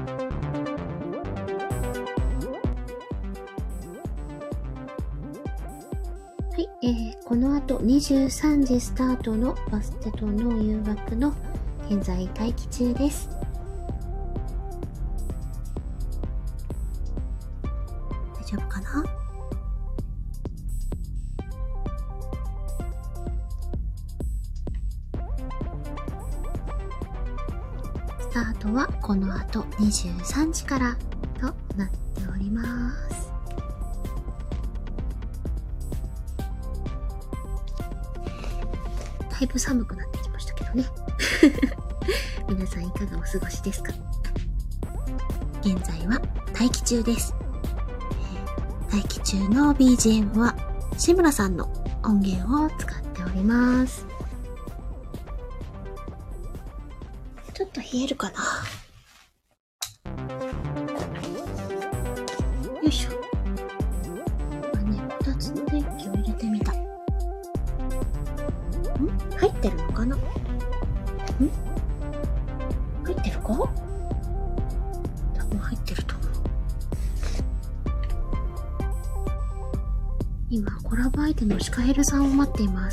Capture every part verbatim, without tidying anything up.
はい、えー、この後にじゅうさんじスタートのバステとの誘惑の現在待機中です。大丈夫かな？スタートはこの後にじゅうさんじからとなっております。だいぶ寒くなってきましたけどね。皆さんいかがお過ごしですか？現在は待機中です。えー、待機中の ビージーエム は志村さんの音源を使っております。ちょっと冷えるかな。よいしょ。今ね、こたつの電気を入れてみた。ん？入ってるのかな？ん？入ってるか？多分入ってると思う。今、コラボ相手のシカヘルさんを待っています。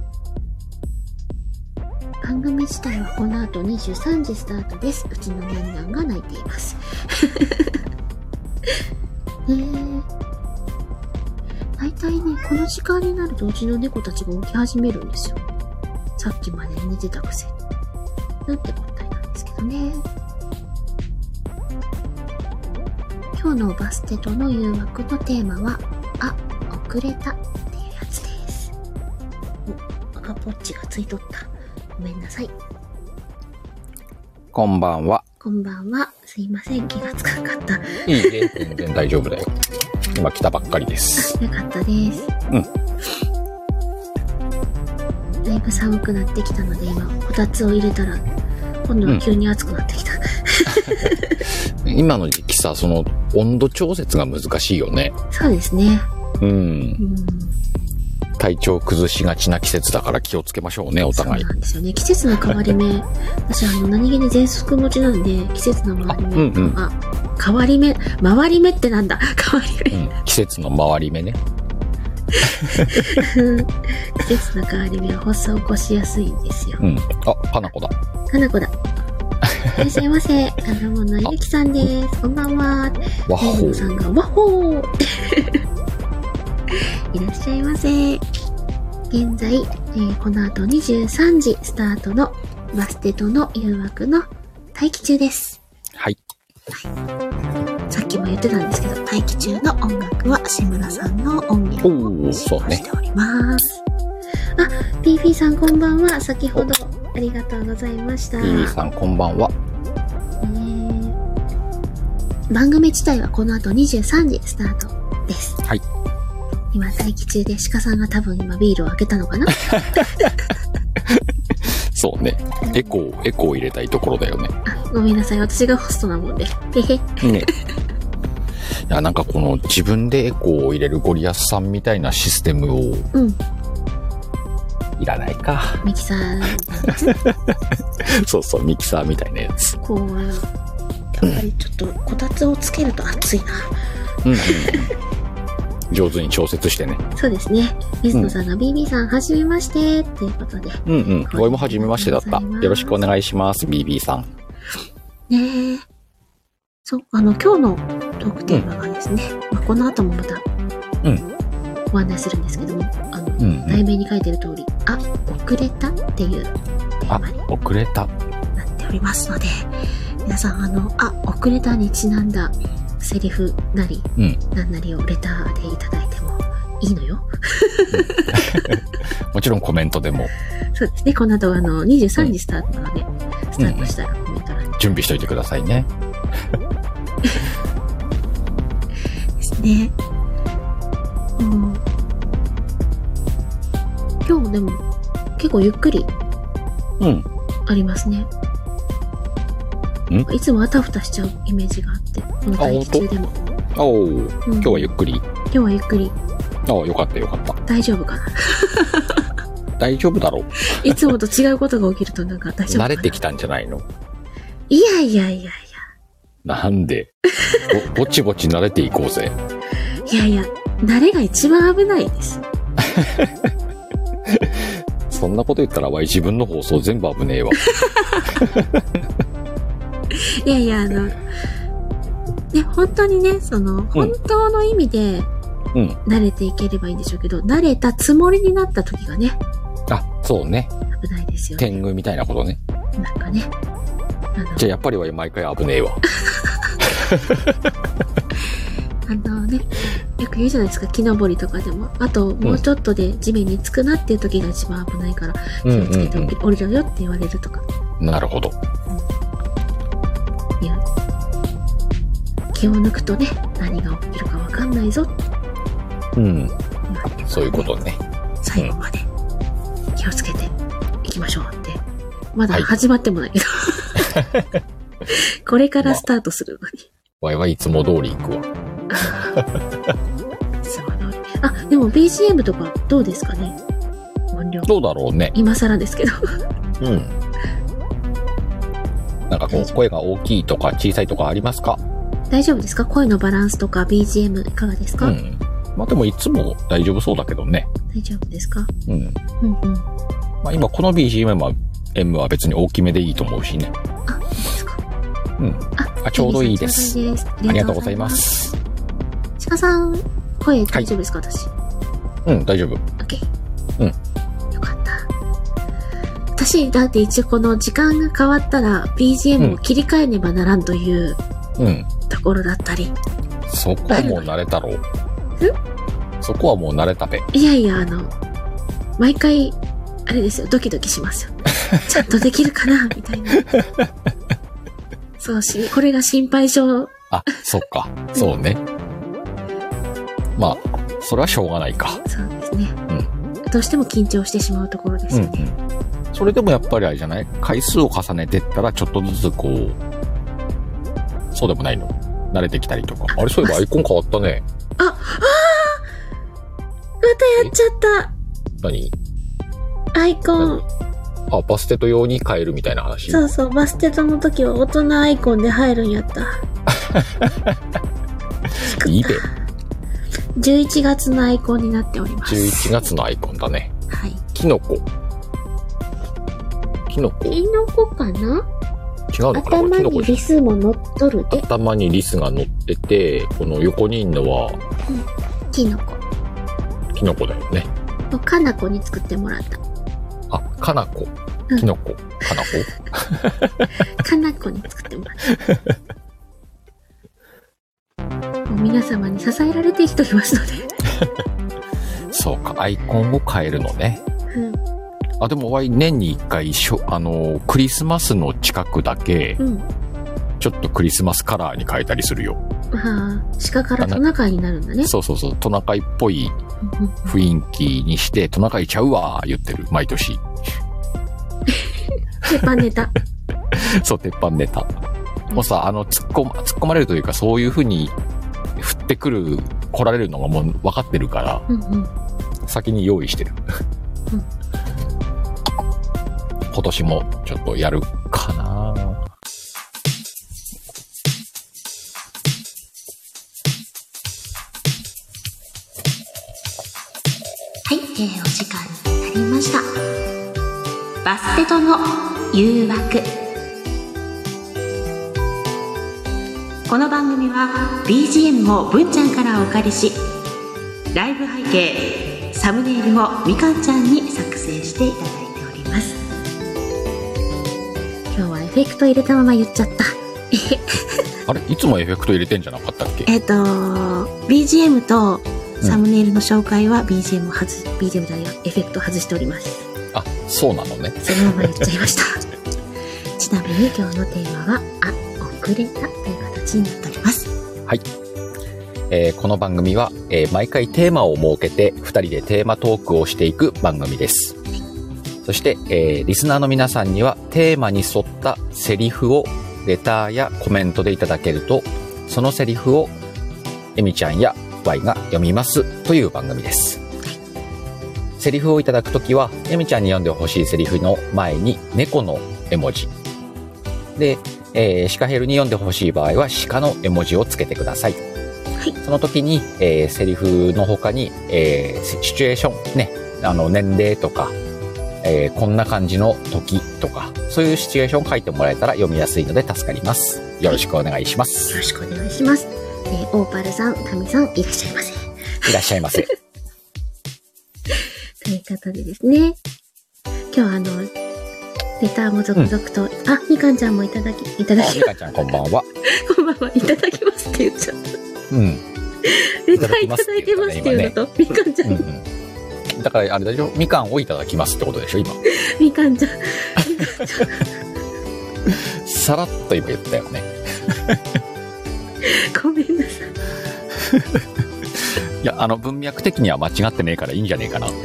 番組自体はこの後にじゅうさんじスタートです。うちのニャンニャンが泣いています。ねえ。大体ね、この時間になるとうちの猫たちが起き始めるんですよ。さっきまで寝てたくせに。なんてこったいなんですけどね。今日のバステとの誘惑のテーマは、あ、遅れたっていうやつです。お、赤ポッチがついとった。ごめんなさい。 こんばんは。 こんばんは。すいません、気がつかなかった。 いいね、全然大丈夫だよ。今来たばっかりです。 あ、よかったです。 うん。 だいぶ寒くなってきたので、今、こたつを入れたら、今度は急に暑くなってきた。 うん、今の時期さ、その、温度調節が難しいよね。 そうですね。 うん。うん、体調崩しがちな季節だから気をつけましょうね、お互い。 そうなんですよね。季節の変わり目。私、あの、何気に喘息持ちなんで、季節の変わり目。うんうん、あ、変わり目、回り目ってなんだ？変わり目。 うん、季節の回り目ね。 季節の変わり目は発作を起こしやすいんですよ。 うん。あ、花子だ。 花子だ。いらっしゃいませ。あのものゆきさんです。こんばんは。 わっほー。 さんがわっほー。いらっしゃいませ。現在、えー、この後にじゅうさんじスタートのバステとの誘惑の待機中です。 はい。 はい、さっきも言ってたんですけど、待機中の音楽は志村さんの音源を使用しております。ね、あ、ピーピー さんこんばんは。先ほどありがとうございました。 ピーピー さんこんばんは。 えー、番組自体はこの後にじゅうさんじスタートです。 はい。 今待機中で鹿さんが多分今ビールを開けたのかな。 そうね。エコー、エコーを入れたいところだよね。 あ、ごめんなさい。私がホストなもんで。へへ。ね。 いや、なんかこの自分でエコーを入れるゴリアスさんみたいなシステムを。うん。いらないか。 ミキサー。そうそう、ミキサーみたいなやつ。 こう、やっぱりちょっとこたつをつけると熱いな。うん、うん。 上手に調節してね。 そうですね。水野さんが ビービー さん、はじめまして、ということで。 うんうん。おいもはじめましてだった。よろしくお願いします、ビービー さん。 ねえ。そう、あの、今日のトークテーマがですね、うん、まあ、この後もまた、うん。ご案内するんですけども、あの、うんうん、題名に書いてる通り、あ、遅れたっていうテーマに。 あ、遅れた。 なっておりますので、皆さん、あの、あ、遅れたにちなんだ、セリフなり、うん、なんなりをレターでいただいてもいいのよ。 もちろんコメントでも。 そうですね。この後あのにじゅうさんじスタートなので、うん、スタートしたらコメント欄に、 うん、準備しといてくださいね。 ですね。うん、今日でも結構ゆっくりありますね。うん、いつもあたふたしちゃうイメージがあって、この待機中でも。 あお、うん、今日はゆっくり。 今日はゆっくり。 ああ、よかったよかった。 大丈夫かな。 大丈夫だろう。 いつもと違うことが起きるとなんか大丈夫かな。 慣れてきたんじゃないの？ いやいやいやいや。 なんでぼ、ぼちぼち慣れていこうぜ。 いやいや、慣れが一番危ないです。 そんなこと言ったらわい自分の放送全部危ねえわ。 いやいや、あの、ね、本当にね、その、本当の意味で、うん、慣れていければいいんでしょうけど、慣れたつもりになった時がね。 あ、そうね。 危ないですよね。 天狗みたいなことね。 なんかね。 じゃあやっぱりは毎回危ねえわ。 あのね、よく言うじゃないですか、木登りとかでも。あと、もうちょっとで地面につくなっていう時が一番危ないから、気をつけて降りろよって言われるとか。 なるほど。 うん、いや、気を抜くとね、何が起きるかわかんないぞ。 うん。そういうことね。 最後まで気をつけていきましょうって。まだ始まってもないけど。はい、これからスタートするのに。 わいはいつも通り行くわ。いつも通り。あ、でも ビージーエム とかどうですかね？音量。 どうだろうね。 今更ですけど。 うん。なんかこう、声が大きいとか小さいとかありますか？ 大丈夫ですか？声のバランスとか ビージーエム いかがですか？うん。 まあでもいつも大丈夫そうだけどね。 大丈夫ですか？ うん。うんうん。まあ今この ビージーエム は、M は別に大きめでいいと思うしね。 あ、いいですか？ うん。あ、ちょうどいいです。 ちょうどいいです。 ありがとうございます。 鹿さん、声大丈夫ですか、はい、私。 うん、大丈夫。 OK。 うん。 よかった。私、だって一応この時間が変わったら ビージーエム を切り替えねばならんという、うん、ところだったり。 そこはもう慣れたろう。ん？そこはもう慣れたべ。 いやいや、あの、毎回、あれですよ、ドキドキしますよ。ちゃんとできるかなみたいな。そうし、これが心配性。 あ、そっか。そうね。うん、まあ、それはしょうがないか。 そうですね。うん。どうしても緊張してしまうところですよね。 うんうん、それでもやっぱりあれじゃない？回数を重ねてったらちょっとずつこう、そうでもないの？慣れてきたりとか。あれ、そういえばアイコン変わったね。 あ、ああまたやっちゃった。 何？ アイコン。 あ、バステト用に変えるみたいな話。 そうそう、バステトの時は大人アイコンで入るんやった。 いいべ。 じゅういちがつのアイコンになっております。 じゅういちがつのアイコンだね。 はい。 キノコ。キノコ。 キノコかな？ 違うのかな？ 頭にリスも乗っとるで。 頭にリスが乗ってて、この横にいんのは、 うん、キノコ。 キノコだよね。 かなこに作ってもらった。 あ、かなこ。キノコ。かなこかなこに作ってもらった。もう皆様に支えられて生きておりますので。 そうか、アイコンを変えるのね。うん。あ、でも、わい年に一回、しょ、あの、クリスマスの近くだけ、うん、ちょっとクリスマスカラーに変えたりするよ。 はあ、鹿からトナカイになるんだね。 そうそうそう、トナカイっぽい雰囲気にして、トナカイちゃうわー言ってる、毎年。 鉄板ネタ。 そう、鉄板ネタ。もうさ、あの、突っ込ま、突っ込まれるというか、そういう風に振ってくる、来られるのがもう分かってるから、うんうん、先に用意してる。うん、今年もちょっとやるかな。 はい、えー、お時間になりました。バステトの誘惑。この番組は ビージーエム を文ちゃんからお借りし、ライブ背景、サムネイルをみかんちゃんに作成していただいております。今日はエフェクト入れたまま言っちゃった。 あれ、いつもエフェクト入れてんじゃなかったっけ？ えっと ビージーエム とサムネイルの紹介は ビージーエム を外し、ビージーエム じゃないよ、エフェクト外しております。 あ、そうなのね。 そのまま言っちゃいました。ちなみに今日のテーマは、あ、遅れたという形になっております。 はい。えー、この番組は、えー、毎回テーマを設けてふたりでテーマトークをしていく番組です。はい、そして、えー、リスナーの皆さんにはテーマに沿ったセリフをレターやコメントでいただけると、そのセリフをエミちゃんやワイが読みますという番組です。セリフをいただくときは、エミちゃんに読んでほしいセリフの前に猫の絵文字で、 えー、シカヘルに読んでほしい場合は鹿の絵文字をつけてください。 はい。 その時に、えー、セリフの他に、えー、シチュエーション、ね、あの、年齢とか、えー、こんな感じの時とか、そういうシチュエーションを書いてもらえたら読みやすいので助かります。よろしくお願いします。 よろしくお願いします。えー、オーパルさん、タミさん、いらっしゃいませ。 いらっしゃいませ。 ということでですね。今日あの、レターも続々と、うん、あ、みかんちゃんもいただき、いただきます。 みかんちゃんこんばんは。 こんばんは、いただきますって言っちゃった。 うん。 レターいただいてますっていうのと、ね、みかんちゃん。うんうん、だからあれだよ、みかんをいただきますってことでしょ、今。 みかんちゃん。 さらっと今言ったよね。 ごめんなさい。いや、あの、文脈的には間違ってねえからいいんじゃねえかな。 わ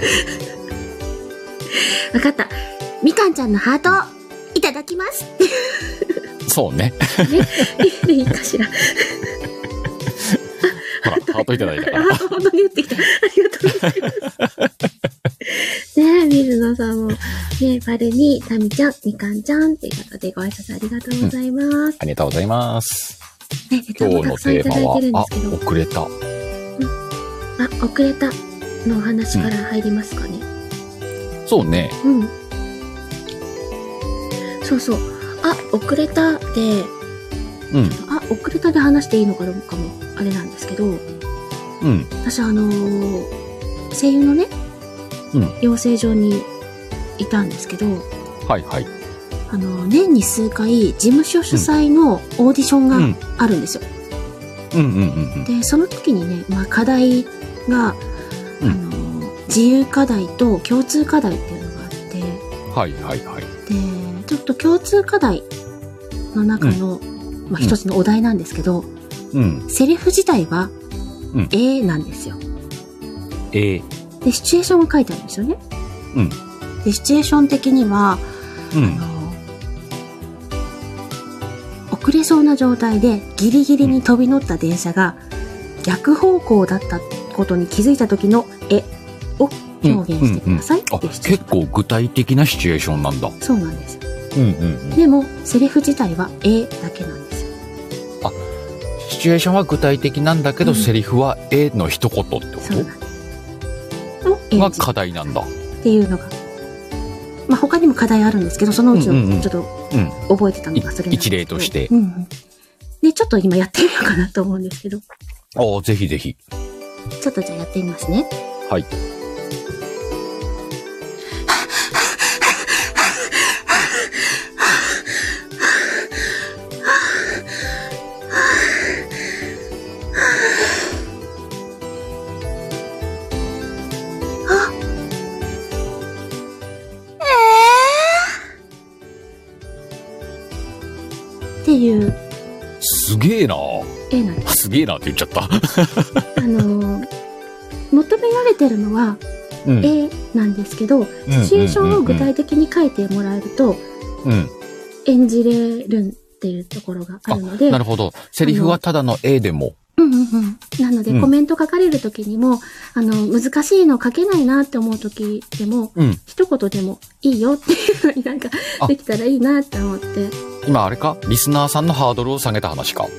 かった。みかんちゃんのハート、いただきます。 そうね。 ね、いいかしら。 ほら、ハートいただいたから。 ハート本当に打ってきた。ありがとうございます。ねえ、水野さんも、ねえ、パルに、タミちゃん、みかんちゃんっていうことでご挨拶ありがとうございます。うん、 ありがとうございます。 ね、今日のテーマは、 あ、遅れた。うん。 あ、遅れたのお話から入りますかね。 うん、そうね。 うん。そうそう。あ、遅れたで、 うん。 あ、遅れたで話していいのかどうかも、あれなんですけど、 うん。 私あのー、声優のね、 うん。 養成所にいたんですけど、 はいはい。 あの、年に数回、事務所主催のオーディションがあるんですよ。 うん、うん、うんうんうん。 で、その時にね、まあ課題が、 うん、 あの、自由課題と共通課題っていうのがあって、 はいはいはい。 で、ちょっと共通課題の中の、うん、まあ一つのお題なんですけど、 うん。 セリフ自体は、 うん、 A なんですよ。 A。 で、シチュエーションが書いてあるんですよね。 うん。 で、シチュエーション的には、 うん、 あの、遅れそうな状態でギリギリに飛び乗った電車が逆方向だったことに気づいた時の絵を表現してくださいっていうシチュエーション。 結構具体的なシチュエーションなんだ。 そうなんですよ。 うんうんうん。 でも、セリフ自体は A だけなんですよ。 あ、シチュエーションは具体的なんだけど、うん、セリフは A の一言ってこと？ そうなんです。の A が課題なんだ。 っていうのが。まあ他にも課題あるんですけど、そのうちのちょっと覚えてたのがそれなんです、うん、 一例として、 うんうん。で、ちょっと今やってみようかなと思うんですけど。 ああ、ぜひぜひ。 ちょっとじゃあやってみますね。 はい。 っていうすげえな絵なんです。 すげえなって言っちゃったあのー、求められてるのは絵なんですけど、うん、シチュエーションを具体的に書いてもらえると、うん、演じれるっていうところがあるので。 なるほど。セリフはただの絵でも。 うんうんうん。なので、うん、コメント書かれるときにも、あの、難しいの書けないなって思うときでも、うん、一言でもいいよっていうのになんかできたらいいなって思って。 今あれかリスナーさんのハードルを下げた話か。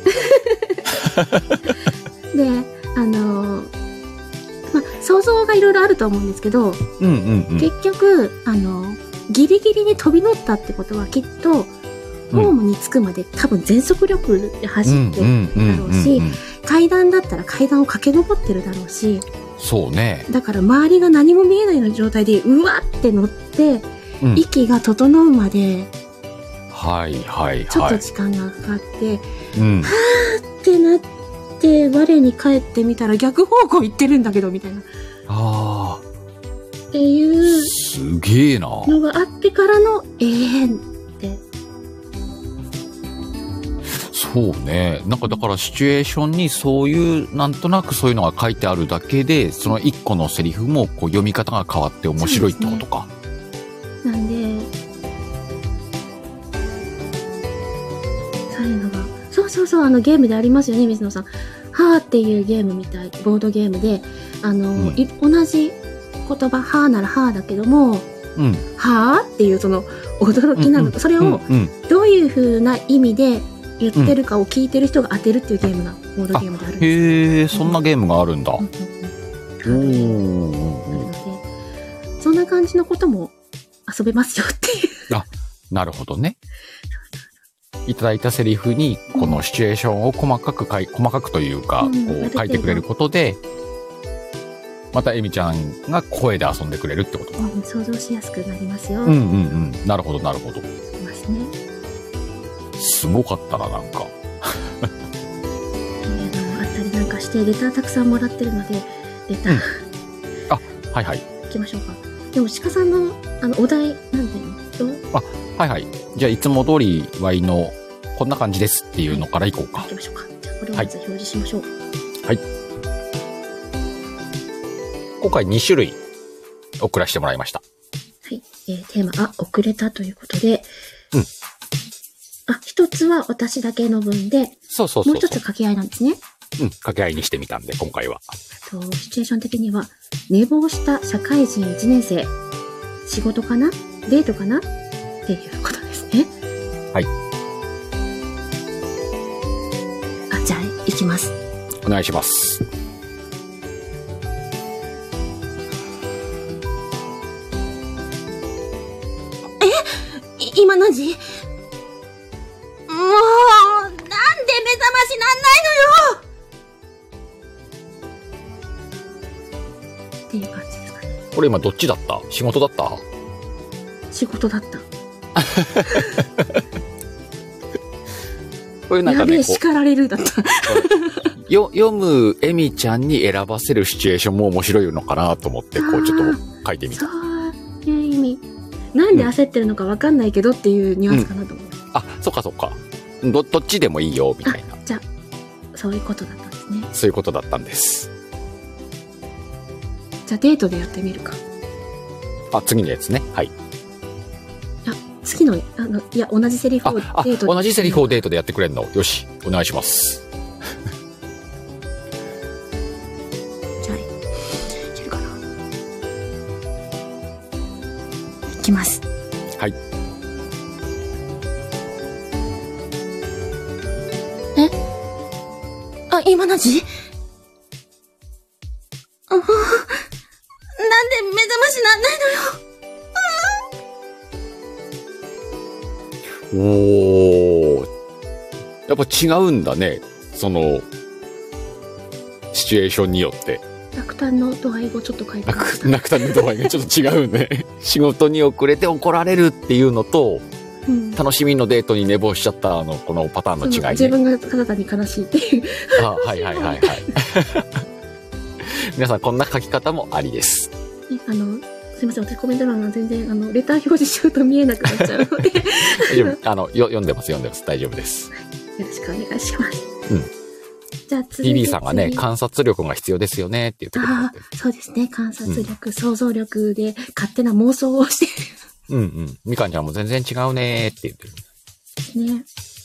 で、あの、ま、想像がいろいろあると思うんですけど、 うんうんうん、 結局、あの、ギリギリに飛び乗ったってことはきっと、ホームに着くまで多分全速力で走ってるだろうし、階段だったら階段を駆け上ってるだろうし、 そうね。 だから周りが何も見えないような状態でうわって乗って、うん、息が整うまで、 はいはいはい。 ちょっと時間がかかって、 うん、 はーってなって、我に返ってみたら逆方向行ってるんだけど、みたいな。 ああ。 っていう。 すげえな。 のがあってからの永遠って。 そうね。なんかだからシチュエーションにそういう、なんとなくそういうのが書いてあるだけで、その一個のセリフもこう読み方が変わって面白いってことか。 ね、なんで、そういうのが、そうそうそう、あのゲームでありますよね、水野さん。はーっていうゲームみたい、ボードゲームで、あの、うん、い同じ言葉、はーならはーだけども、 うん、 はーっていうその、 驚きなのか、 うんうん、 それをどういう風な意味で言ってるかを聞いてる人が当てるっていうゲームがボードゲームであるんです。 へえ、そんなゲームがあるんだ。 うんうんうん、なのでそんな感じのことも遊べますよっていう。 あ、なるほどね。いただいたセリフにこのシチュエーションを細かく書い、細かくというか、うん、こう書いてくれることで、またエミちゃんが声で遊んでくれるってことか。 うん、想像しやすくなりますよ。 うんうんうん。なるほどなるほど。 ますね。 すごかったな、なんか。 えー、あったりなんかしてレターたくさんもらってるのでレター、うん、 あ、はいはい。 行きましょうか。でも鹿さんのあのお題なんていうの？ あ、はいはい。じゃあいつも通り Y のこんな感じですっていうのからいこうか。 行きましょうか。じゃあこれをまず表示しましょう。 はい。今回に種類送らせてもらいました。 はい。えー、テーマ、あ、遅れたということで。 うん。 あ、一つは私だけの分で。 そうそうそうそう。 もう一つ掛け合いなんですね。 うん、掛け合いにしてみたんで、今回は。 と、シチュエーション的には、寝坊した社会人いちねん生。仕事かな？デートかな？っていうことですね。 はい。 あ、じゃあ、いきます。 お願いします。 え？今何時？もう、なんで目覚ましなんないのよ！っていう感じですかね。 これ今どっちだった？仕事だった？ 仕事だった。 これなんかね、 やべえ、叱られるだった。 よ読むエミちゃんに選ばせるシチュエーションも面白いのかなと思って、こうちょっと書いてみた。 そういう意味。なんで焦ってるのか分かんないけどっていうニュアンスかなと思う。うん、 あ、そっかそっか。ど、どっちでもいいよ、みたいな。 じゃあ、そういうことだったんですね。 そういうことだったんです。 じゃあデートでやってみるか。 あ、次のやつね。はい。 あ、次の、あの、いや、同じセリフをデートで。 あ、同じセリフをデートでやってくれんの？よし、お願いします。 じゃあ、いけるかな。いきます。 はい。 え？あ、今何時？ああ、なんで目覚ましなんないのよ。 おー。やっぱ違うんだね。その、シチュエーションによって。 落胆の度合いをちょっと書いてました。 落胆の度合いがちょっと違うね。仕事に遅れて怒られるっていうのと、うん、楽しみのデートに寝坊しちゃったあの、このパターンの違いね。 自分がただ単に悲しいっていう。 あ、はいはいはいはい。皆さんこんな書き方もありです。 あの、すいません、私コメント欄が全然、あの、レター表示しようと見えなくなっちゃうので。 大丈夫。あの、よ、読んでます、読んでます。大丈夫です。 よろしくお願いします。 うん。 じゃあ次。 ビービー さんがね、観察力が必要ですよねって言ってくれて。 ああ、そうですね。観察力、うん、想像力で勝手な妄想をしてる。うんうん。みかんちゃんも全然違うねって言ってる。 ね。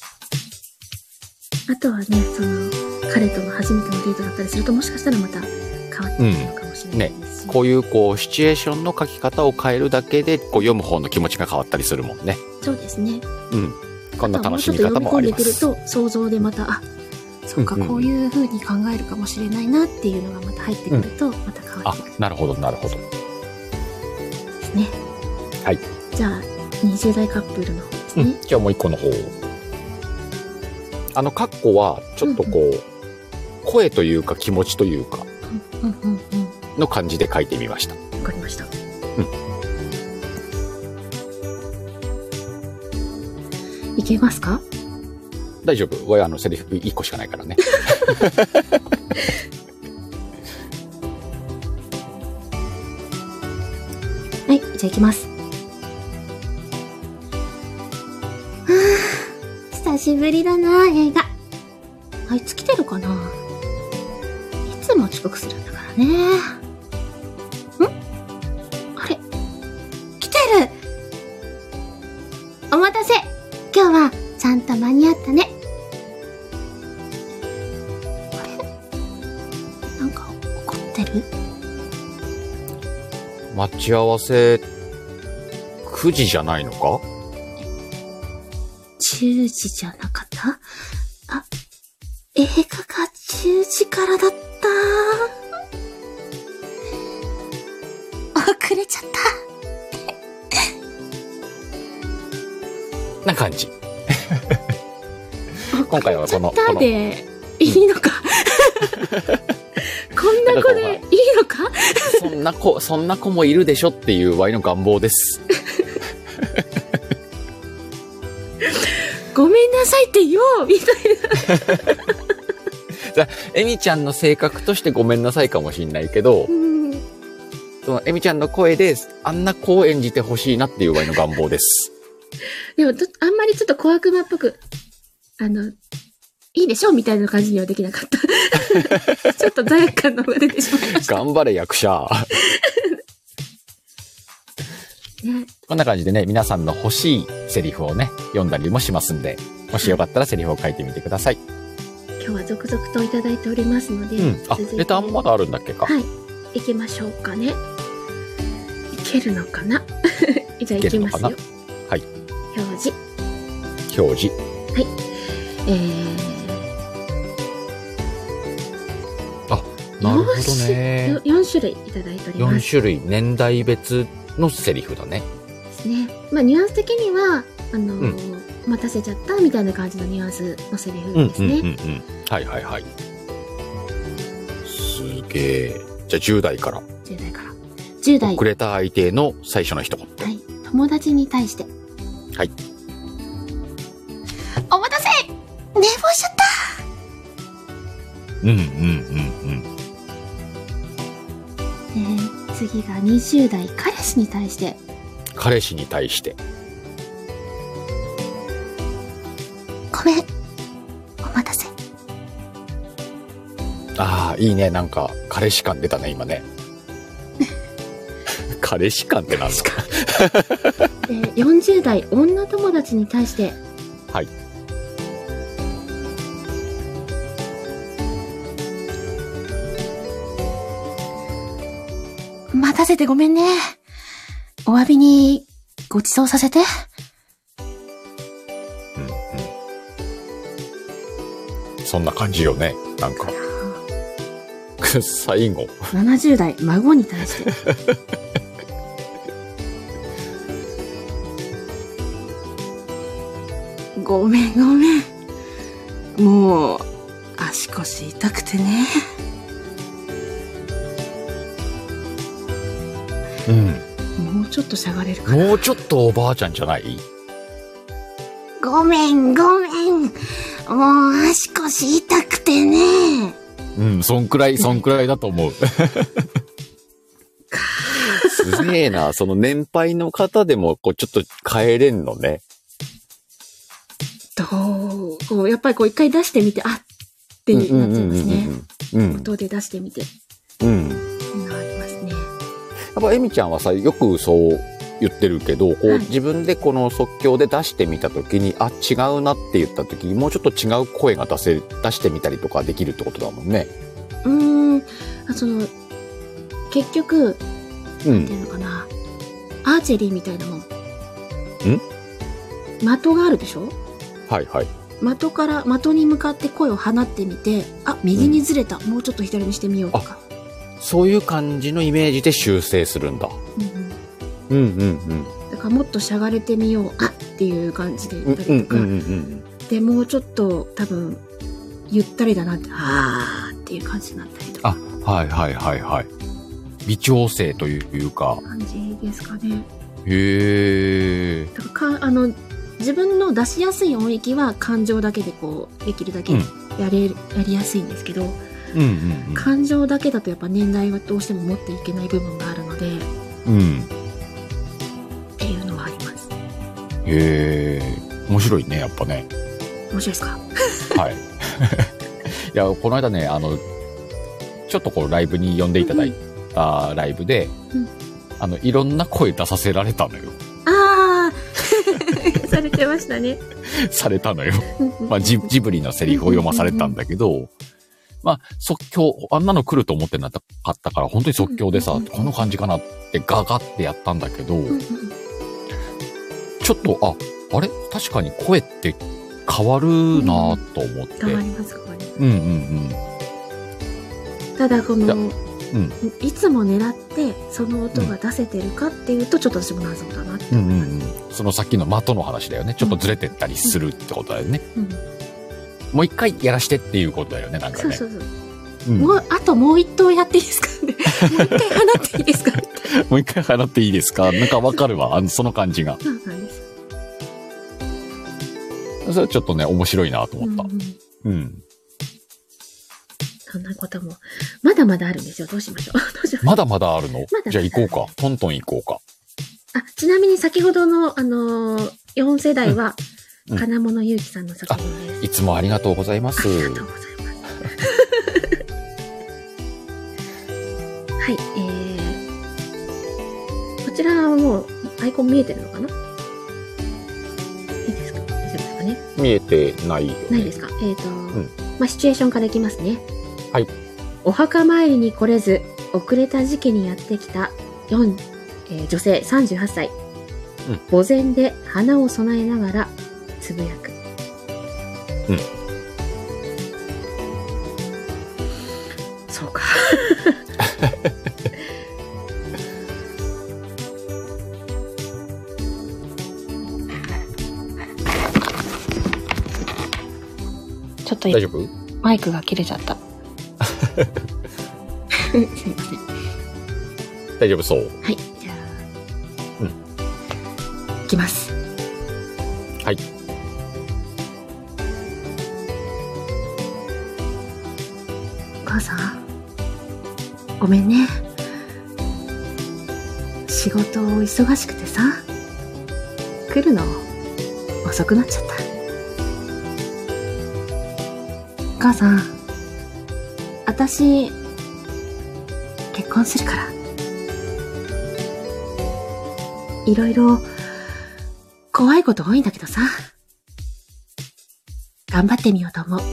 あとはね、その、彼との初めてのデートだったりすると、もしかしたらまた変わってくるのかもしれないですし、うん、 ね。こういうこう、シチュエーションの書き方を変えるだけで、こう読む方の気持ちが変わったりするもんね。 そうですね。 うん。こんな楽しみ方もあります。 ちょっと読み込んでくると、想像でまた、あ、そっか、うんうん、こういう風に考えるかもしれないなっていうのがまた入ってくると、また変わってくる、 うん。あ、なるほど、なるほど。 ですね。 はい。 じゃあ、にじゅう代カップルの方ですね。うん、 じゃあもう一個の方。あの、カッコは、ちょっとこう、うんうん、声というか気持ちというか、 うんうんうんうん、 の感じで書いてみました。 わかりました。うん。いけますか？ 大丈夫。わあの、セリフいっこしかないからね。 はい、じゃあ行きます。はぁ、久しぶりだな、映画。あいつ来てるかな？いつも遅刻するんだからね。ん？あれ？来てる！お待たせ！今日はちゃんと間に合ったね。あれ？なんか怒ってる？ 待ち合わせくじじゃないのか？ じゅうじじゃなかった？あ、映画がじゅうじからだった。遅れちゃった。 な感じ。今回はこの。 遅れちゃったでいいのか。こんな子でいいのか。 そんな子、そんな子もいるでしょっていうワイの願望です。 ごめんなさいって言おうみたいな。 じゃあ、エミちゃんの性格としてごめんなさいかもしんないけど、うん、そのエミちゃんの声であんな子を演じてほしいなっていうワイの願望です。 でもあんまりちょっと小悪魔っぽく、あの、いいでしょみたいな感じにはできなかった。ちょっと罪悪感の方が出てしまいました。 頑張れ役者。ね、こんな感じでね、皆さんの欲しいセリフをね、読んだりもしますんで、もしよかったらセリフを書いてみてください。 今日は続々といただいておりますので、 うん、あ、レターもまだあるんだっけか。 はい。行きましょうかね。いけるのかな。じゃあ行きますよ。 はい。 表示。 表示。 はい。えー。 あ、なるほどね。 よん種類いただいております。 よん種類、年代別のセリフだね。 ですね。まあニュアンス的にはあのーうん、待たせちゃったみたいな感じのニュアンスのセリフですね。うんうんうんうん、 はいはいはい。すげえ。じゃあじゅう代から。 じゅう代から。じゅう代。 遅れた相手の最初の一言。 はい。友達に対して。 はい。 お待たせ！寝坊しちゃった。 うんうんうんうん。 えー、次がにじゅう代彼氏に対して。 彼氏に対して。 ごめん。お待たせ。 ああ、いいね。なんか、彼氏感出たね、今ね。彼氏感ってなんですか。 えー、よんじゅう代女友達に対して。 はい。 待たせてごめんね。お詫びにご馳走させて。 うんうん。そんな感じよね。なんか。最後。 ななじゅう代孫に対して。ごめんごめん。もう足腰痛くてね。 うん。 もうちょっとしゃがれるかな。 もうちょっとおばあちゃんじゃない？ ごめんごめん。もう足腰痛くてね。 うん、そんくらい、そんくらいだと思う。すげえな、その年配の方でも、こう、ちょっと帰れんのね。 どう、こう、やっぱりこう一回出してみて、あってなっちゃいますね。うん。音で出してみて。 うん。 なりますね。 やっぱエミちゃんはさ、よくそう言ってるけど、こう、はい、自分でこの即興で出してみたときに、あ、違うなって言ったときに、もうちょっと違う声が出せる、出してみたりとかできるってことだもんね。 うーん、あ、その、結局、うん、なんていうのかな、アーチェリーみたいなもん。ん？的があるでしょ？ はいはい。 的から、的に向かって声を放ってみて、あ、右にずれた、うん、もうちょっと左にしてみようとか。 そういう感じのイメージで修正するんだ。うんうん。うんうんうん。 だからもっとしゃがれてみよう、あっていう感じで言ったりとか。うんうんうんうん、で、もうちょっと多分、ゆったりだなって、あーっていう感じになったりとか。 あ、はいはいはいはい。微調整というか。 感じですかね。 へー。 だからか、あの、自分の出しやすい音域は感情だけでこう、できるだけやれ、うん、やりやすいんですけど、 うんうんうん、 感情だけだとやっぱ年代はどうしても持っていけない部分があるので、 うん。 っていうのはあります。 へー。面白いね、やっぱね。 面白いですか？はい。 いや、この間ね、あの、ちょっとこうライブに呼んでいただいたライブで、うんうん、あの、いろんな声出させられたのよ。 ああされてましたね。 されたのよ。まあジ、ジブリのセリフを読まされたんだけど、まあ、即興、あんなの来ると思ってなかったから、本当に即興でさ、この感じかなってガガってやったんだけど、ちょっと、あ、あれ確かに声って変わるなと思って。 変わります変わります。 うんうんうん。 ただこの、 うん、 いつも狙ってその音が出せてるかっていうと、ちょっと私も謎だなって思います。うんうんうん。 そのさっきの的の話だよね。ちょっとずれてったりするってことだよね。 うんうん、 もう一回やらしてっていうことだよね、なんかね。 そうそうそう。うん、もう、あともう一投やっていいですかね。もう一回放っていいですかもう一回放っていいですかなんかわかるわ。あの、その感じが。 そうなんです。 それはちょっとね、面白いなと思った。うん、うん。うん。 そんなことも、まだまだあるんですよ。どうしましょう。どうしましょう。 まだまだあるの？ まだまだじゃあ行こうか。トントン行こうか。 あ、ちなみに先ほどの、あのー、よん世代は、うん、金物ゆうきさんの作品です。 いつもありがとうございます。 ありがとうございます。はい、えー、こちらはもうアイコン見えてるのかな？いいですか？大丈夫ですかね？ 見えてないよね。 ないですか？えーと、うん、まあ、シチュエーションからいきますね。 はい。 お墓参りに来れず、遅れた時期にやってきたよん、えー、女性さんじゅうはっさい。うん、墓前で花を供えながらつぶやく。 うん。 そうか。ちょっと大丈夫？ マイクが切れちゃった。すいません。 大丈夫そう。 はい。じゃあ、うん。いきます。 はい。 お母さん、ごめんね。仕事忙しくてさ、来るの遅くなっちゃった。お母さん、私、結婚するから。いろいろ、怖いこと多いんだけどさ、頑張ってみようと思う。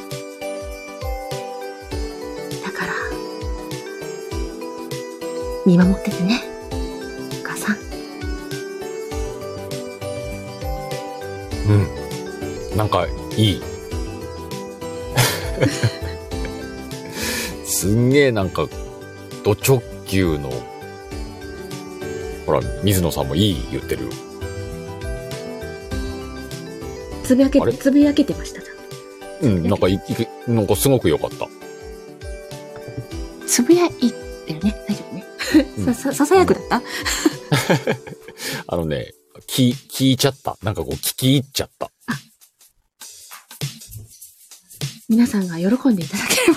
だから、見守っててね、お母さん。 うん。なんか、いい。すんげえなんか、ド直球の、ほら、水野さんもいい言ってる。 つぶやけ、つぶやけてました。 うん、なんかい、いなんかすごく良かった。 つぶやいてるね。大丈夫ね。さ、さ、ささやくだったあのね、聞、聞いちゃった。なんかこう、聞き入っちゃった。あ、 皆さんが喜んでいただければ。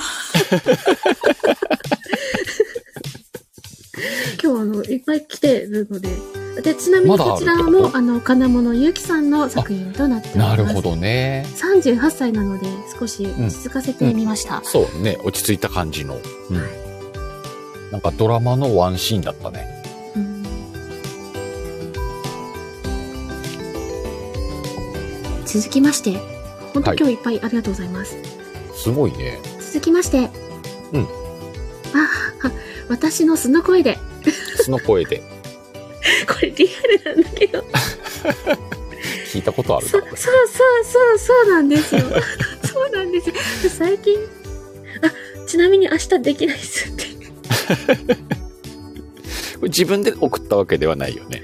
今日あの、いっぱい来てるので。で、ちなみにこちらも、あの、金物ゆうきさんの作品となっております。 なるほどね。 さんじゅうはっさいなので、少し落ち着かせてみました。 うんうん、そうね、落ち着いた感じの。うん、はい、なんかドラマのワンシーンだったね。うん、 続きまして、本当今日いっぱいありがとうございます。はい、 すごいね。 続きまして、 うん。 あ、私の素の声で。 素の声で。これリアルなんだけど。 聞いたことあるな。 そ、そうそうそうそうなんですよ。そうなんですよ。最近、あ、ちなみに明日できないっすって。 これ自分で送ったわけではないよね。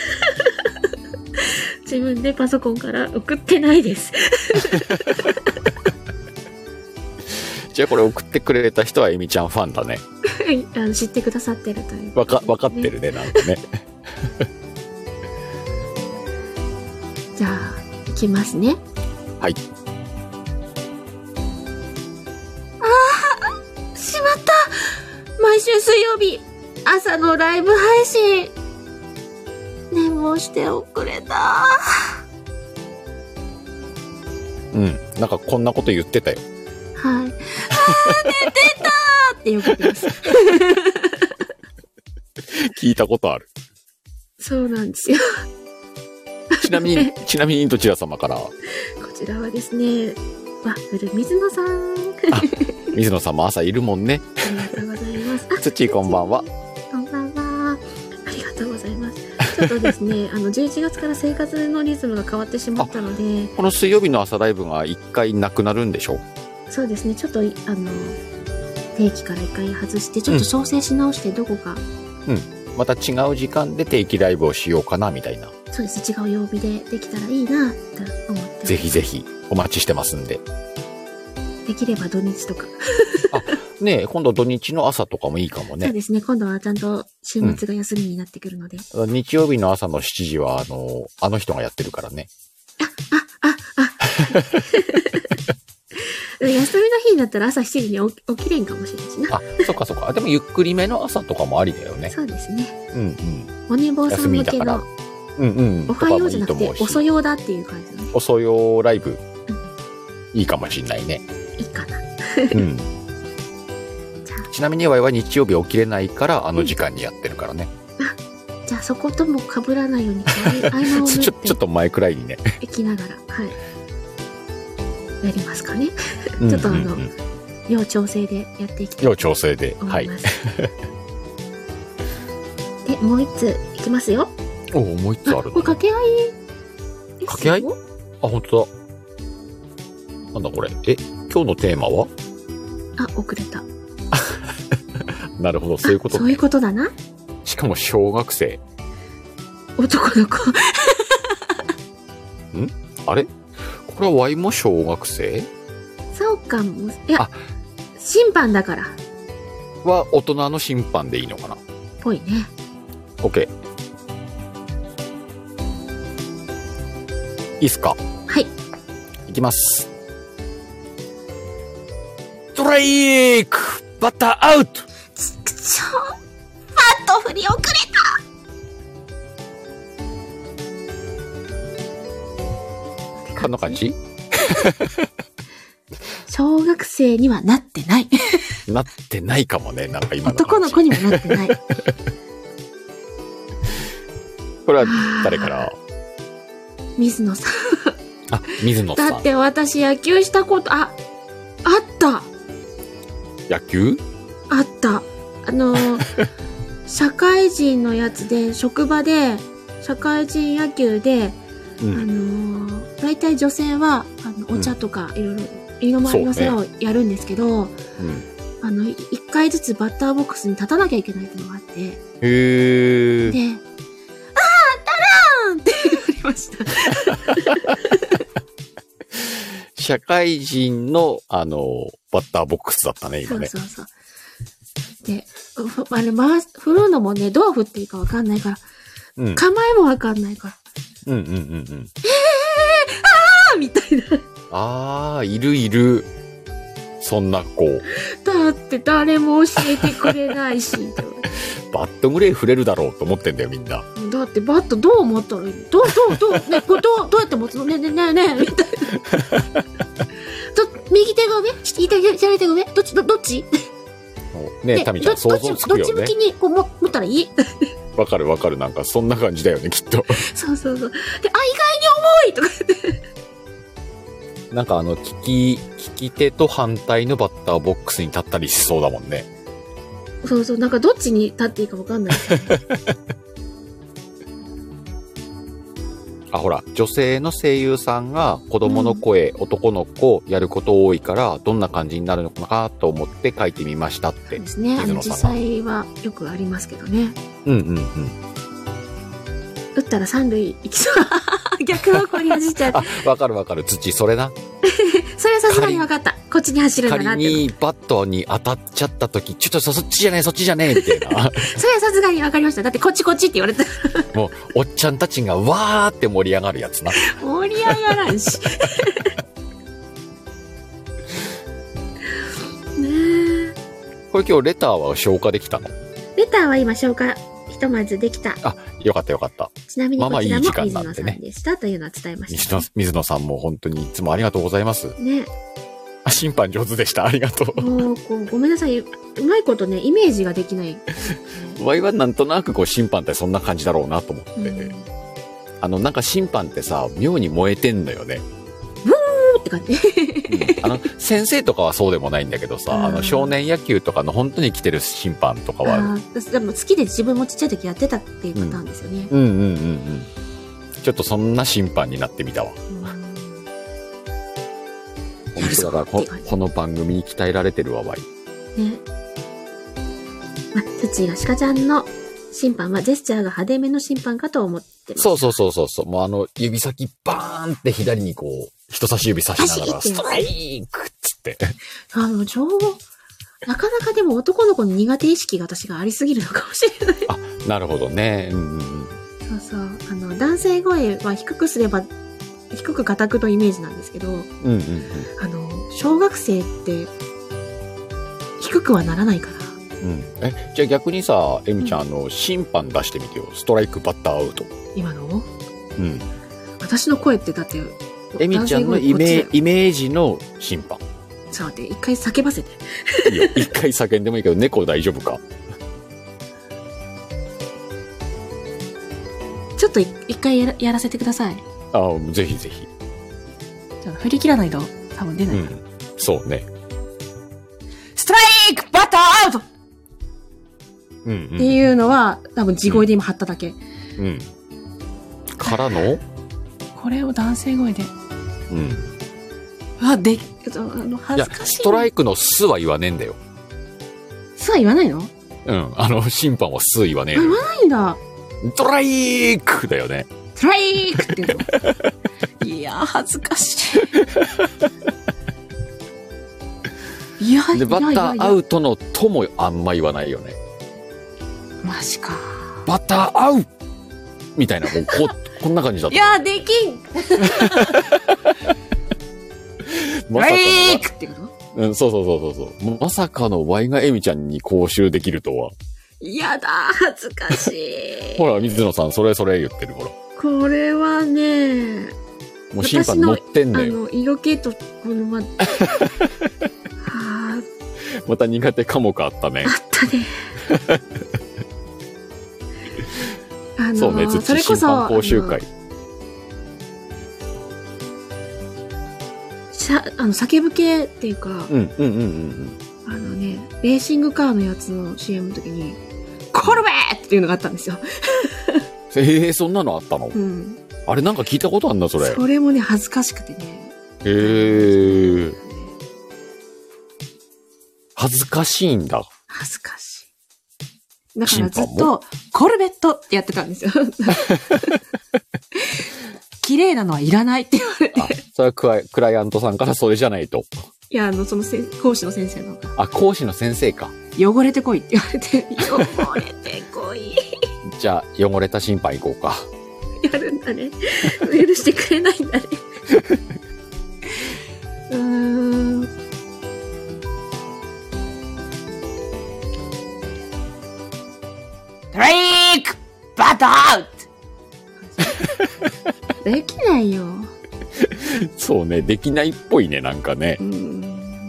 自分でパソコンから送ってないです。 じゃあこれ送ってくれた人はエミちゃんファンだね。 あの知ってくださってるという、ね。 わか、わかってるね、なんかね。 じゃあ、いきますね。 はい。 ああ、しまった。毎週水曜日、朝のライブ配信。寝坊して遅れた。 うん、なんかこんなこと言ってたよ。 はい。あー、寝てたーってよく言ってます。 聞いたことある。 そうなんですよ。 ちなみに、ちなみにどちら様から？こちらはですね、ワッフル水野さん。 あ、水野さんも朝いるもんね。 ありがとうございます。 つっちーこんばんは。 こんばんは。ありがとうございます。 ちょっとですね、あの、じゅういちがつから生活のリズムが変わってしまったので。 この水曜日の朝ライブが一回なくなるんでしょ？ そうですね、ちょっと、あの、定期から一回外して、ちょっと調整し直してどこか。 うん。うん、また違う時間で定期ライブをしようかな、みたいな。 そうです、違う曜日でできたらいいな、と思って。 ぜひぜひ、お待ちしてますんで。 できれば土日とか。 あ、ねえ、今度土日の朝とかもいいかもね。 そうですね、今度はちゃんと週末が休みになってくるので。 うん、日曜日の朝のしちじは、あの、あの人がやってるからね。 あ、あ、あ、あ。休みの日になったら朝しちじに起きれんかもしれないしな。 あ、そっかそっか。でもゆっくりめの朝とかもありだよね。 そうですね。 うんうん。 お寝坊さん向けの、 うんうん。 おはようじゃなくて、遅ようだっていう感じのね。 遅ようライブ、うん、いいかもしんないね。 いいかな。 うん。ちなみにワイは日曜日起きれないから、あの時間にやってるからね。 うん、あ、じゃあそことも被らないように、合間を縫ってちょ、ちょっと前くらいにね。 行きながら、はい。やりますかね。ちょっとあの、要調整でやっていきたいと思います。 要調整で、はい。 で、もう一ついきますよ。 おお、もう一つあるの、ね。 これ掛け合いですよ。 掛け合い？あ、本当だ。なんだこれ。え、今日のテーマは？ あ、遅れた。 なるほど、そういうことね。 そういうことだな。 しかも小学生。 男の子。 ん？あれ？これはワイも小学生？ そうかも。いや、審判だから。 は大人の審判でいいのかな？ ぽいね。 OK。いいっすか？ はい。 いきます。ストライク！バッターアウト！ ちくしょう！バット振り遅れた！ こんな感じ？ 小学生にはなってない。 なってないかもね、なんか今の。 男の子にもなってない。 これは誰から？ 水野さん。 あ、水野さん。 だって私野球したこと、あ、あった。 野球？ あった。あの、社会人のやつで、職場で、社会人野球で、うん、あの、大体女性は、あの、お茶とか、いろいろ、身の回りの世話をやるんですけど、ね、うん、あの、一回ずつバッターボックスに立たなきゃいけないっていうのがあって、 へー。 で、あー、タラーンって言われました。 社会人の、あの、バッターボックスだったね、今ね。 そうそうそう。で、あれ、回す、振るのもね、どう振っていいかわかんないから、うん、構えもわかんないから。 うんうんうんうん。えー、あーみたいな。 あー、いるいる。そんな子。 だって誰も教えてくれないし。 バットぐらい振れるだろうと思ってんだよ、みんな。 だってバットどう持ったらいいの？どう、どう、どう、ね、これどう、どうやって持つの？ねえねえねえねえみたいな。ど、右手が上？左手が上？どっち、ど、どっち？ ねえ、タミちゃん想像つくよね。 どっち向きにこうも持ったらいい？ わかるわかる。なんかそんな感じだよね、きっと。 そうそうそう。で、あ、意外に重いとか言って。 なんかあの、利き、利き手と反対のバッターボックスに立ったりしそうだもんね。 そうそう。なんかどっちに立っていいかわかんない。 あ、ほら、女性の声優さんが子供の声、うん、男の子やること多いから、どんな感じになるのかなと思って書いてみましたって。 そうですね。あの、実際はよくありますけどね。 うんうんうん。 打ったら三塁行きそう。逆方向に走っちゃう。 あ、わかるわかる。土、それな。 それはさすがにわかった。こっちに走るんだなって。 仮にバットに当たっちゃった時、ちょっとそ、そっちじゃねえ、そっちじゃねえ、みたいな。 それはさすがにわかりました。だってこっちこっちって言われた。 もう、おっちゃんたちがわーって盛り上がるやつな。 盛り上がらんし。ねえ。 これ今日レターは消化できたの？ レターは今消化。ひとまずできた。 あ、よかったよかった。 ちなみにこちらも水野さんでしたというのは伝えました、ね。 水野さんも本当にいつもありがとうございます。 ね。 あ、審判上手でした。ありがとう。 もう、こう、ごめんなさい。うまいことね、イメージができない。 ワイはなんとなくこう審判ってそんな感じだろうなと思って。うん、あの、なんか審判ってさ、妙に燃えてんのよね。 ブーって感じ。 うん、あの、先生とかはそうでもないんだけどさ、あの、少年野球とかの本当に来てる審判とかは。 あでも好きで自分もちっちゃい時やってたっていうパターンですよね。 うん、うんうんうんうん。ちょっとそんな審判になってみたわ。本当だからこ、この番組に鍛えられてるわ、わい。ね。 ま、ツッチーがシカちゃんの審判はジェスチャーが派手めの審判かと思ってます。 そうそうそうそうそう。もうあの、指先バーンって左にこう、人差し指差しながら、ストライクっつって。 あの、超、なかなかでも男の子に苦手意識が私がありすぎるのかもしれない。 あ、なるほどね。うんうんうん。 そうそう。あの、男性声は低くすれば、低く固くのイメージなんですけど、うんうんうん。あの、小学生って、低くはならないから。 うん、え、じゃあ逆にさ、エミちゃん、うん、あの、審判出してみてよ。ストライク、バッター、アウト。 今のうん。 私の声ってだって、 エミちゃんのイメイメージの審判。 ちょっと待って、一回叫ばせて。 いいよ、一回叫んでもいいけど、猫大丈夫か？ ちょっと一回や ら, やらせてください。 ああ、ぜひぜひ。 ちょっと振り切らないと多分出ない。うん、 そうね。 ストライクバッターアウトうん、うん、っていうのは、多分地声で今貼っただけ。 うん。うん、からのこれを男性声で。 うん。 あ、で、あの、恥ずかしい。 いや、ストライクのスは言わねえんだよ。 スは言わないの？ うん。あの、審判はス言わねえよ。 言わないんだ。 トライクだよね。 トライクって言うの。いや、恥ずかしい。いや、 で、バッターアウトのともあんま言わないよね。 マジか。 バッターアウトみたいな、もうこ、こんな感じだった。 いや、できんまさかの。ってことうん、そうそうそうそうそう。まさかのワイがエミちゃんに講習できるとは。 やだ、恥ずかしい。 ほら、水野さん、それそれ言ってる、ほら。 これはね、 もう審判乗ってんだよ。 あの、色気と、このま、はまた苦手かもかあったね。 あったね。あのー、 そうね、ずっと審判講習会。 あの、叫ぶ系っていうか、 うん、うん、うん、うん。 あのね、レーシングカーのやつの シーエム の時に、コルベーっていうのがあったんですよ。 ええー、そんなのあったの？うん。あれなんか聞いたことあんな、それ。 それもね、恥ずかしくてね。 へえー。恥ずかしいんだ。 恥ずかしい。だからずっと、コルベットってやってたんですよ。綺麗なのはいらないって言われて。 あ、それはクライ、クライアントさんからそれじゃないと。 いや、あの、そのせ講師の先生の。 あ、講師の先生か。 汚れてこいって言われて、汚れてこい。 じゃあ、汚れた審判行こうか。 やるんだね。許してくれないんだね。うーん。ドライクバッターアウトできないよ。 そうね、できないっぽいね、なんかね。うん。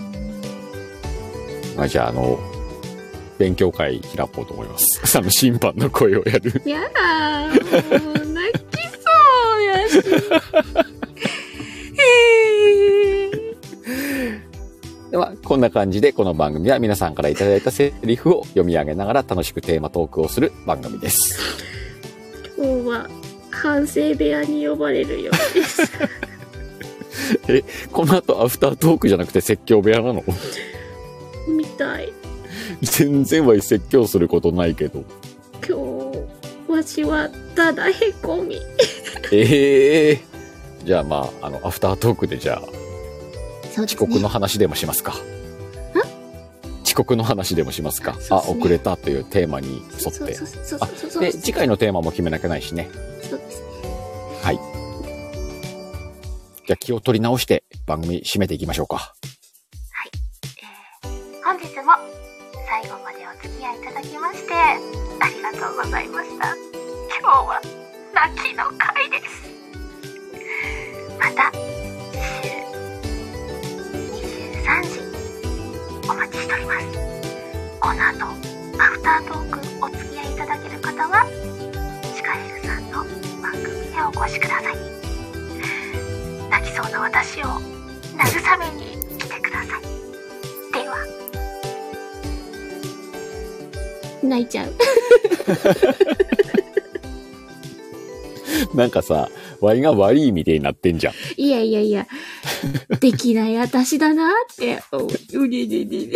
まあ、じゃあ、あの、勉強会開こうと思います。あの、審判の声をやる。 やだー。もう泣きそうやし。 では、こんな感じで、この番組は皆さんからいただいたセリフを読み上げながら楽しくテーマトークをする番組です。 今日は、反省部屋に呼ばれるようです。 え、この後アフタートークじゃなくて説教部屋なの？ みたい。 全然は説教することないけど。 今日、わしはただへこみ。 ええー。じゃあまあ、あの、アフタートークでじゃあ、ね、遅刻の話でもしますか。遅刻の話でもしますか。すね、あ、遅れたというテーマに沿って。で、次回のテーマも決めなきゃないしね。 そうですね。 はい。じゃあ気を取り直して番組締めていきましょうか。はい。えー、本日も最後までお付き合いいただきましてありがとうございました。今日は泣きの回です。また週にじゅうさんじお待ちしております。この後アフタートークお付き合いいただける方はシカエルさんの番組へお越しください。泣きそうな私を食べに来てください。では。泣いちゃう。 なんかさ、ワイが悪いみたいになってんじゃん。 いやいやいや、できない私だなって。うれれれれ。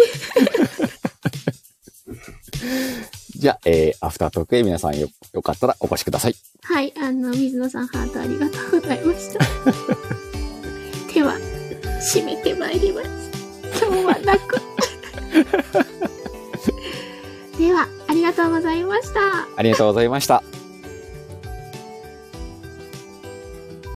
じゃあ、えー、アフタートークへ皆さんよ、よかったらお越しください。 はい、あの、水野さんハートありがとうございました。では、締めてまいります。今日は泣く。では、ありがとうございました。 ありがとうございました。